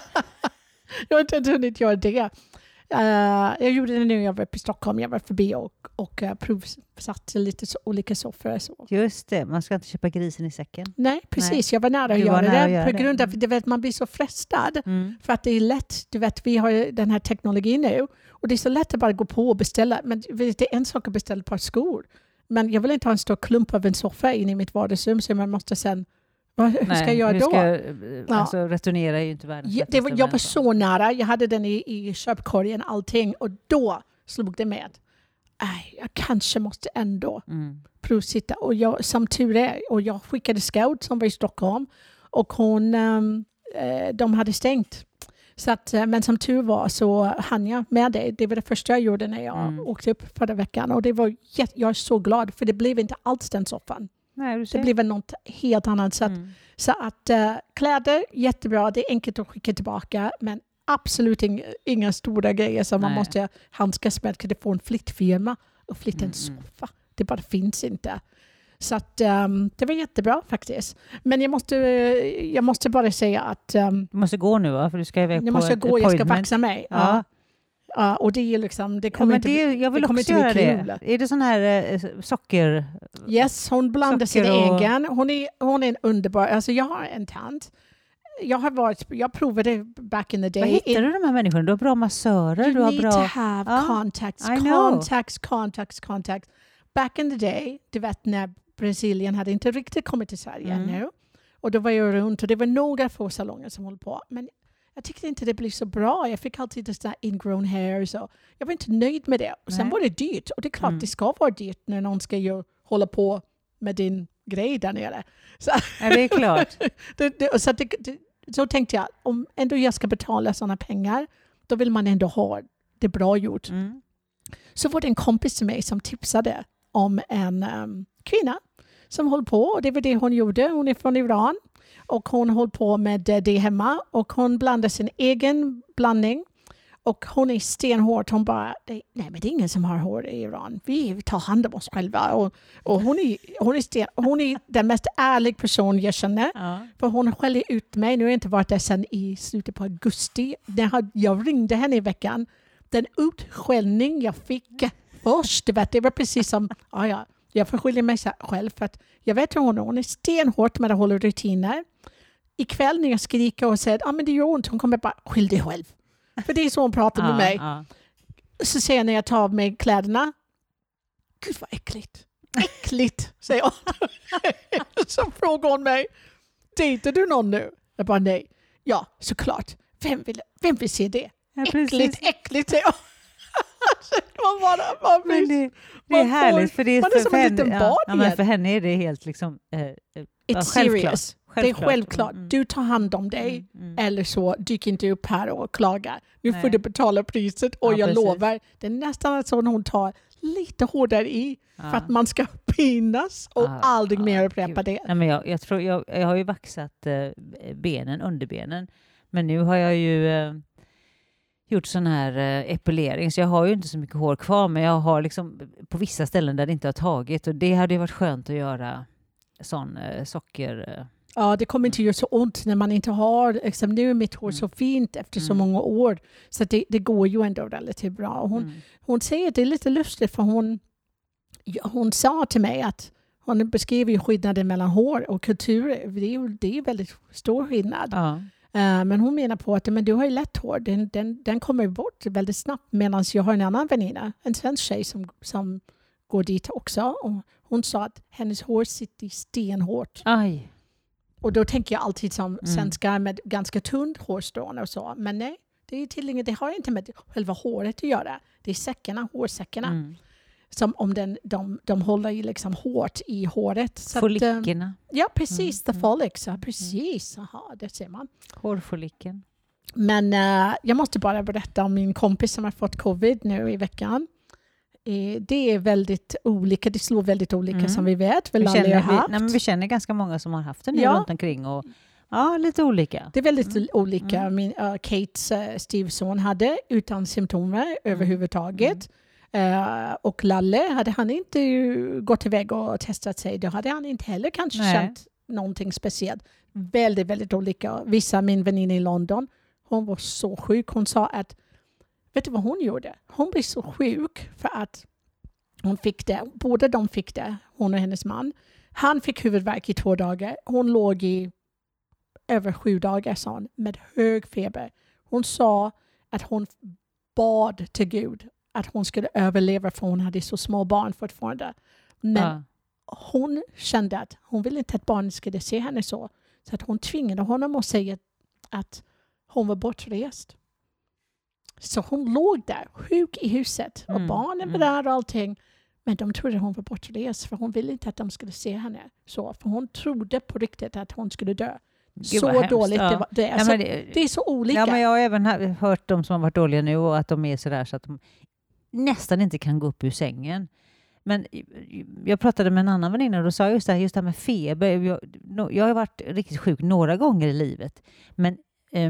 [SPEAKER 1] Jag har inte ens hunnit göra det. Uh, jag gjorde det nu när jag var uppe i Stockholm. Jag var förbi och, och uh, provsatte lite så, olika soffor. Så.
[SPEAKER 2] Just det, man ska inte köpa grisen i säcken.
[SPEAKER 1] Nej, precis. Nej. Jag var nära att göra det. Att göra på grund av att mm. man blir så frestad. Mm. För att det är lätt. Du vet, vi har den här teknologin nu. Och det är så lätt att bara gå på och beställa. Men det är en sak att beställa ett par skor. Men jag vill inte ha en stor klump av en soffa in i mitt vardagsrum. Så man måste sen... Hur ska Nej, jag göra då?
[SPEAKER 2] Ska, alltså, ja. Returnera är ju inte världens
[SPEAKER 1] ja, det var, Jag var så nära. Jag hade den i, i köpkorgen, allting. Och då slog det med. Nej, jag kanske måste ändå mm. provsitta. Och jag, som tur är, och jag skickade scout som var i Stockholm. Och hon, um, de hade stängt. Så att, men som tur var så hann jag med det. Det var det första jag gjorde när jag mm. åkte upp förra veckan. Och det var jätte, jag är så glad. För det blev inte alls den soffan.
[SPEAKER 2] Nej,
[SPEAKER 1] det blev något helt annat. Så att, mm. så att uh, kläder, jättebra. Det är enkelt att skicka tillbaka. Men absolut inga, inga stora grejer som Nej. Man måste handskas med. Kan du få en flyttfirma och flytta mm. en soffa? Det bara finns inte. Så att, um, det var jättebra faktiskt. Men jag måste, jag måste bara säga att... Um,
[SPEAKER 2] du måste gå nu va? För du ska iväg
[SPEAKER 1] jag
[SPEAKER 2] på
[SPEAKER 1] måste
[SPEAKER 2] ett
[SPEAKER 1] gå, jag ska vaxa mig.
[SPEAKER 2] Ja.
[SPEAKER 1] Ja. Ja, och det är liksom... Det kommer
[SPEAKER 2] ja,
[SPEAKER 1] inte,
[SPEAKER 2] det, jag vill
[SPEAKER 1] det kommer
[SPEAKER 2] också
[SPEAKER 1] inte
[SPEAKER 2] göra
[SPEAKER 1] bli kul.
[SPEAKER 2] Det. Är det sån här eh, socker...
[SPEAKER 1] Yes, hon blandar sin och... egen. Hon är, hon är en underbar... Alltså jag har en tant. Jag har varit... Jag provade back in the day.
[SPEAKER 2] Vad hittar du de här människorna? Du har bra massörer.
[SPEAKER 1] You
[SPEAKER 2] du har
[SPEAKER 1] need
[SPEAKER 2] bra...
[SPEAKER 1] to have ja. contacts. Contacts, contacts, contacts. Back in the day, du vet när Brasilien hade inte riktigt kommit till Sverige mm. nu. Och då var jag runt och det var några få salonger som höll på. Men jag tyckte inte det blev så bra. Jag fick alltid det där ingrown hair. Så jag var inte nöjd med det. Och sen Nej. Var det dyrt. Och det är klart mm. det ska vara dyrt när någon ska ju hålla på med din grej där nere. Så,
[SPEAKER 2] ja, det är klart.
[SPEAKER 1] det, det, så, det, det, så tänkte jag, om ändå jag ska betala sådana pengar, då vill man ändå ha det bra gjort. Mm. Så var det en kompis till mig som tipsade om en um, kvinna som höll på. Och det var det hon gjorde. Hon är från Iran. Och hon höll på med det hemma. Och hon blandade sin egen blandning. Och hon är stenhård. Hon bara, nej men det är ingen som har hår i Iran. Vi tar hand om oss själva. Och, och hon, är, hon, är sten, hon är den mest ärliga person jag känner. Ja. För hon skällde ut mig. Nu har jag inte varit där sedan i slutet på augusti. När jag ringde henne i veckan. Den utskällning jag fick först. Det var precis som, ja ja. Jag förskyller mig själv för att jag vet hur hon är. Hon är stenhårt med att hålla rutiner. Ikväll när jag skriker och säger att ah, men det gör ont, hon kommer bara skyll dig själv. För det är så hon pratar med
[SPEAKER 2] ja,
[SPEAKER 1] mig.
[SPEAKER 2] Ja.
[SPEAKER 1] Så säger jag när jag tar av mig kläderna. Gud vad äckligt. Äckligt, säger jag. Så frågar hon mig. Dejtar du någon nu? Jag bara nej. Ja, såklart. Vem vill, vem vill se det?
[SPEAKER 2] Ja,
[SPEAKER 1] äckligt, äckligt, säger jag. man bara, man
[SPEAKER 2] men det, det är härligt. För det är,
[SPEAKER 1] man är
[SPEAKER 2] för,
[SPEAKER 1] som
[SPEAKER 2] för
[SPEAKER 1] en
[SPEAKER 2] henne,
[SPEAKER 1] liten
[SPEAKER 2] ja,
[SPEAKER 1] barn
[SPEAKER 2] ja, men för henne är det helt liksom... Eh,
[SPEAKER 1] It's
[SPEAKER 2] självklart.
[SPEAKER 1] serious.
[SPEAKER 2] Självklart.
[SPEAKER 1] Det är självklart.
[SPEAKER 2] Mm.
[SPEAKER 1] Du tar hand om dig
[SPEAKER 2] Mm, mm.
[SPEAKER 1] eller så dyker inte upp här och klagar. Nu
[SPEAKER 2] Nej.
[SPEAKER 1] får du betala priset och
[SPEAKER 2] Ja,
[SPEAKER 1] jag
[SPEAKER 2] precis.
[SPEAKER 1] lovar, det är nästan så hon tar lite hårdare i
[SPEAKER 2] Ja.
[SPEAKER 1] för att man ska pinas och
[SPEAKER 2] Ah,
[SPEAKER 1] aldrig mer
[SPEAKER 2] ah,
[SPEAKER 1] upprepa
[SPEAKER 2] gud.
[SPEAKER 1] det.
[SPEAKER 2] Nej, men jag, jag, tror, jag, jag har ju vaxat eh, benen, underbenen. Men nu har jag ju eh, gjort sån här eh, epilering. Så jag har ju inte så mycket hår kvar. Men jag har liksom på vissa ställen där det inte har tagit. Och det hade ju varit skönt att göra sån eh, socker... Eh.
[SPEAKER 1] Ja, det kommer inte göra så ont när man inte har, liksom, nu är mitt hår
[SPEAKER 2] Mm.
[SPEAKER 1] så fint efter så
[SPEAKER 2] Mm.
[SPEAKER 1] många år. Så det, det går ju ändå relativt bra. Och hon,
[SPEAKER 2] Mm.
[SPEAKER 1] hon säger det är lite lustigt för hon, ja, hon sa till mig att hon beskriver ju skillnaden mellan hår och kultur. Det är ju det är väldigt stor skillnad.
[SPEAKER 2] Ja.
[SPEAKER 1] Uh, men hon menar på att men du har ju lätt hår. Den, den, den kommer bort väldigt snabbt. Medan jag har en annan väninna, en svensk tjej som, som går dit också. Och hon sa att hennes hår sitter stenhårt.
[SPEAKER 2] Aj.
[SPEAKER 1] Och då tänker jag alltid som
[SPEAKER 2] Mm.
[SPEAKER 1] svenskar med ganska tunt hårstrån och så. Men nej, det, är tydligen, det har inte med själva håret att göra. Det är säckarna, hårsäckarna.
[SPEAKER 2] Mm.
[SPEAKER 1] Som om den, de, de håller ju liksom hårt i håret. Så att, eh,
[SPEAKER 2] Follickerna.
[SPEAKER 1] ja, precis.
[SPEAKER 2] Mm,
[SPEAKER 1] The follics. Ja, precis. Aha, det ser man.
[SPEAKER 2] Hårfollikeln.
[SPEAKER 1] Men uh, jag måste bara berätta om min kompis som har fått covid nu i veckan. Eh, det är väldigt olika. Det slår väldigt olika
[SPEAKER 2] Mm.
[SPEAKER 1] som vi vet.
[SPEAKER 2] Vi
[SPEAKER 1] Väl alla har
[SPEAKER 2] känner,
[SPEAKER 1] haft.
[SPEAKER 2] vi, nej, men vi känner ganska många som har haft det nu
[SPEAKER 1] Ja.
[SPEAKER 2] runt omkring. Och, ja, lite olika.
[SPEAKER 1] Det är väldigt
[SPEAKER 2] Mm.
[SPEAKER 1] olika.
[SPEAKER 2] Mm.
[SPEAKER 1] Min, uh, Kates uh, styvson hade utan symptomer
[SPEAKER 2] Mm.
[SPEAKER 1] överhuvudtaget. Uh, och Lalle, hade han inte ju gått iväg och testat sig, då hade han inte heller kanske
[SPEAKER 2] Nej.
[SPEAKER 1] känt någonting speciellt. Väldigt, väldigt olika. Vissa, min väninna i London, hon var så sjuk. Hon sa att, vet du vad hon gjorde? Hon blev så sjuk för att hon fick det. Båda de fick det, hon och hennes man. Han fick huvudvärk i två dagar. Hon låg i över sju dagar, sa hon, med hög feber. Hon sa att hon bad till Gud att hon skulle överleva för hon hade så små barn fortfarande. Men
[SPEAKER 2] Ja.
[SPEAKER 1] hon kände att hon ville inte att barnen skulle se henne så. Så att hon tvingade honom att säga att hon var bortrest. Så hon låg där, sjuk i huset. Och
[SPEAKER 2] Mm,
[SPEAKER 1] barnen var
[SPEAKER 2] mm.
[SPEAKER 1] där och allting. Men de trodde hon var bortrest. För hon ville inte att de skulle se henne så. För hon trodde på riktigt att hon skulle dö.
[SPEAKER 2] Gud,
[SPEAKER 1] så
[SPEAKER 2] vad hemskt.
[SPEAKER 1] dåligt
[SPEAKER 2] Ja.
[SPEAKER 1] det var. Det,
[SPEAKER 2] Ja,
[SPEAKER 1] alltså,
[SPEAKER 2] men det,
[SPEAKER 1] det är så olika.
[SPEAKER 2] ja, men jag har även ha- hört de som har varit dåliga nu och att de är sådär så att de nästan inte kan gå upp ur sängen. Men jag pratade med en annan väninna och då sa jag just det här, just det här med feber. Jag, no, jag har varit riktigt sjuk några gånger i livet. Men eh,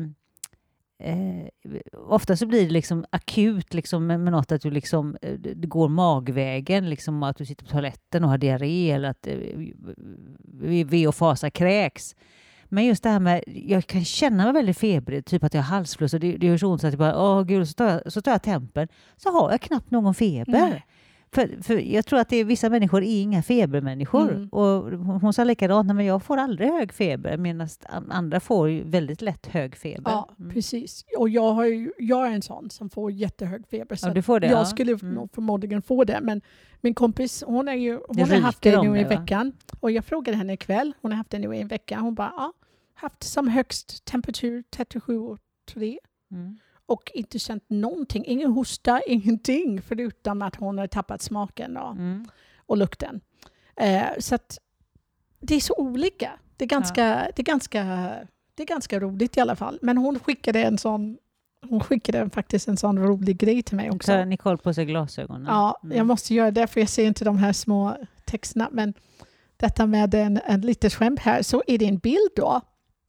[SPEAKER 2] eh, ofta så blir det liksom akut liksom, med, med något att du liksom, eh, det går magvägen. Liksom, att du sitter på toaletten och har diarré eller att eh, ve och fasa kräks. Men just det här med, jag kan känna mig väldigt febrig, typ att jag har halsfluss och det, det gör så ont så att jag bara, åh gud, så tar jag, så tar jag tempen. Så har jag knappt någon feber.
[SPEAKER 1] Nej.
[SPEAKER 2] För, för jag tror att det är, vissa människor är inga febermänniskor.
[SPEAKER 1] Mm.
[SPEAKER 2] Och hon, hon sa likadant, men jag får aldrig hög feber. Medan andra får ju väldigt lätt hög feber.
[SPEAKER 1] Ja,
[SPEAKER 2] Mm.
[SPEAKER 1] precis. Och jag, har ju, jag är en sån som får jättehög feber. Så
[SPEAKER 2] Ja, du får det,
[SPEAKER 1] jag
[SPEAKER 2] ja.
[SPEAKER 1] skulle
[SPEAKER 2] Mm.
[SPEAKER 1] nog förmodligen få det. Men min kompis, hon, är ju, hon
[SPEAKER 2] Det
[SPEAKER 1] har haft det
[SPEAKER 2] ryker om
[SPEAKER 1] nu i
[SPEAKER 2] det, va?
[SPEAKER 1] veckan. Och jag frågade henne ikväll, hon har haft det nu i en vecka. Hon bara, ja, haft som högst temperatur trettiosju komma tre.
[SPEAKER 2] Mm.
[SPEAKER 1] Och inte känt någonting, ingen hosta, ingenting. Förutom att hon har tappat smaken och,
[SPEAKER 2] Mm.
[SPEAKER 1] och lukten. Eh, så att det är så olika. Det är ganska, det är ganska, det är ganska roligt i alla fall. Men hon skickade en sån, hon skickade faktiskt en sån rolig grej till mig också.
[SPEAKER 2] Så har Nicole på sig glasögonen.
[SPEAKER 1] Ja,
[SPEAKER 2] Mm.
[SPEAKER 1] jag måste göra det för jag ser inte de här små texterna. Men detta med en, en litet skämt här, så är det en bild då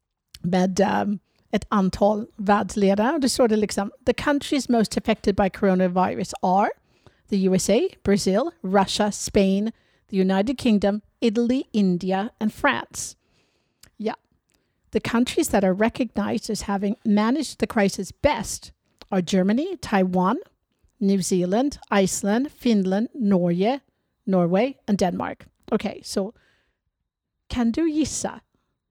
[SPEAKER 1] med um, ett antal världsledare. Det står det liksom, the countries most affected by coronavirus are the U S A, Brazil, Russia, Spain, the United Kingdom, Italy, India and France. Yeah. The countries that are recognized as having managed the crisis best are Germany, Taiwan, New Zealand, Iceland, Finland, Norge, Norway and Denmark. Okej, okay, så kan du gissa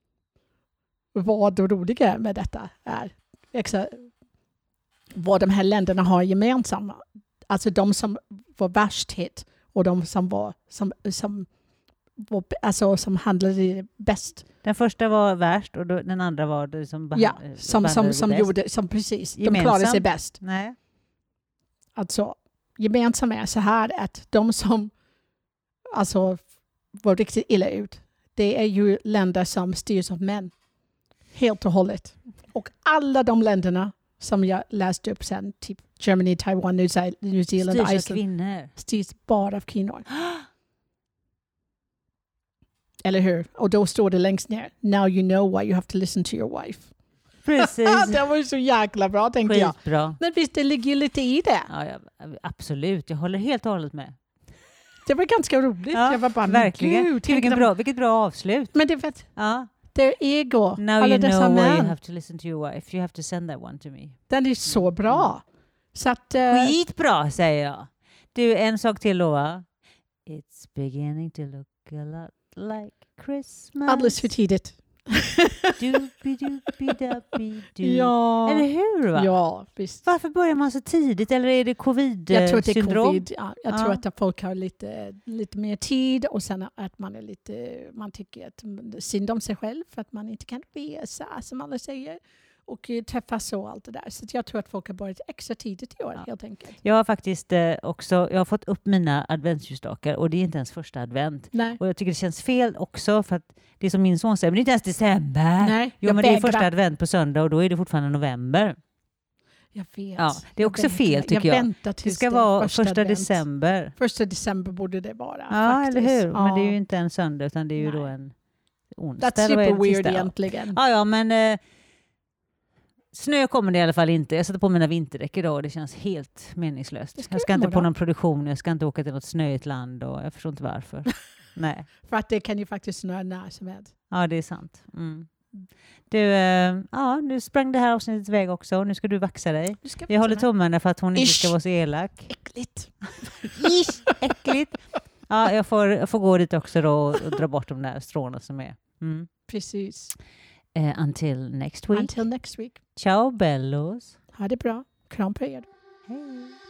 [SPEAKER 1] vad det roliga med detta är? Exakt, vad de här länderna har gemensamma. Alltså de som var värst hit och de som var som, som var, alltså, som handlade bäst.
[SPEAKER 2] Den första var värst och då, den andra var det som behand,
[SPEAKER 1] Ja, som, som, som
[SPEAKER 2] bäst.
[SPEAKER 1] gjorde, som precis,
[SPEAKER 2] Gemensamt.
[SPEAKER 1] de klarade sig bäst.
[SPEAKER 2] Nej.
[SPEAKER 1] Alltså, gemensamt är så här att de som alltså, var riktigt illa ut, det är ju länder som styrs av män. Helt och hållet. Och alla de länderna som jag läste upp sen, typ Germany, Taiwan, New Zealand, New Zealand
[SPEAKER 2] Styrs av
[SPEAKER 1] Iceland,
[SPEAKER 2] kvinnor.
[SPEAKER 1] styrs bara av kvinnor. Eller hur? Och då står det längst ner. Now you know why you have to listen to your wife.
[SPEAKER 2] Precis.
[SPEAKER 1] Det var ju så jäkla bra, tänkte jag.
[SPEAKER 2] Skitbra.
[SPEAKER 1] Men visst, det ligger ju lite i det.
[SPEAKER 2] Ja, ja, absolut. Jag håller helt och hållet med.
[SPEAKER 1] Det var ganska roligt.
[SPEAKER 2] Ja,
[SPEAKER 1] jag var bara,
[SPEAKER 2] verkligen.
[SPEAKER 1] Gud,
[SPEAKER 2] vilket,
[SPEAKER 1] de...
[SPEAKER 2] bra, vilket bra avslut.
[SPEAKER 1] Men det vet,
[SPEAKER 2] Ja.
[SPEAKER 1] det är ego.
[SPEAKER 2] Now
[SPEAKER 1] alla
[SPEAKER 2] you
[SPEAKER 1] dessa
[SPEAKER 2] know why
[SPEAKER 1] män.
[SPEAKER 2] you have to listen to your wife. You have to send that one to me.
[SPEAKER 1] Den är så bra. Så att... Uh...
[SPEAKER 2] Skitbra, säger jag. Du, en sak till då, va? It's beginning to look a lot like Christmas.
[SPEAKER 1] Alldeles för tidigt.
[SPEAKER 2] Doobie-doobie-doobie-doo.
[SPEAKER 1] Ja.
[SPEAKER 2] Eller hur, va?
[SPEAKER 1] Ja, visst.
[SPEAKER 2] Varför börjar man så tidigt? Eller är det covid-syndrom?
[SPEAKER 1] Jag tror att det är covid. Ja, jag
[SPEAKER 2] Ja.
[SPEAKER 1] tror att folk har lite, lite mer tid och sen att man är lite, man tycker att synd om sig själv för att man inte kan resa, som alla säger, och träffas och allt det där. Så jag tror att folk har börjat extra tidigt i år,
[SPEAKER 2] Ja.
[SPEAKER 1] helt enkelt.
[SPEAKER 2] Jag har faktiskt eh, också jag har fått upp mina adventsljusstakar och det är inte ens första advent.
[SPEAKER 1] Nej.
[SPEAKER 2] Och jag tycker det känns fel också för att det är som min son säger, men det är inte ens december.
[SPEAKER 1] Nej,
[SPEAKER 2] Jo,
[SPEAKER 1] jag
[SPEAKER 2] men det är
[SPEAKER 1] vägrar.
[SPEAKER 2] första advent på söndag och då är det fortfarande november.
[SPEAKER 1] Jag vet.
[SPEAKER 2] Ja, det är
[SPEAKER 1] Jag
[SPEAKER 2] också
[SPEAKER 1] väntar.
[SPEAKER 2] fel, tycker jag.
[SPEAKER 1] Jag väntar
[SPEAKER 2] Det
[SPEAKER 1] tills
[SPEAKER 2] ska vara första,
[SPEAKER 1] advent.
[SPEAKER 2] december.
[SPEAKER 1] Första december borde det vara.
[SPEAKER 2] Ja,
[SPEAKER 1] faktiskt.
[SPEAKER 2] eller hur?
[SPEAKER 1] Ja.
[SPEAKER 2] Men det är ju inte en söndag utan det är ju
[SPEAKER 1] Nej.
[SPEAKER 2] då en onsdag.
[SPEAKER 1] That's
[SPEAKER 2] eller vad är
[SPEAKER 1] super
[SPEAKER 2] det
[SPEAKER 1] weird
[SPEAKER 2] sista?
[SPEAKER 1] egentligen.
[SPEAKER 2] Ja, ja, men eh, snö kommer det i alla fall inte. Jag sätter på mina vinterdäck idag och det känns helt meningslöst.
[SPEAKER 1] Det ska
[SPEAKER 2] Jag ska
[SPEAKER 1] du
[SPEAKER 2] inte
[SPEAKER 1] må
[SPEAKER 2] på
[SPEAKER 1] då.
[SPEAKER 2] någon produktion, jag ska inte åka till något snöigt land och jag förstår inte varför. Nej,
[SPEAKER 1] För att det kan ju faktiskt snöa när som helst.
[SPEAKER 2] ja det är sant. Mm. Du, eh, ja, nu sprang det här avsnittet iväg också. Nu ska du vaxa dig.
[SPEAKER 1] Du ska
[SPEAKER 2] Jag håller
[SPEAKER 1] veta.
[SPEAKER 2] tummarna för att hon inte
[SPEAKER 1] Ish.
[SPEAKER 2] ska vara så elak.
[SPEAKER 1] Äckligt.
[SPEAKER 2] Ish, äckligt. Ja, jag får, jag får gå dit också då och, och dra bort de där stråna som är. Mm.
[SPEAKER 1] Precis.
[SPEAKER 2] Eh, until next week.
[SPEAKER 1] Until next week.
[SPEAKER 2] Ciao bellos.
[SPEAKER 1] Ha det bra. Kram på er.
[SPEAKER 2] Hej.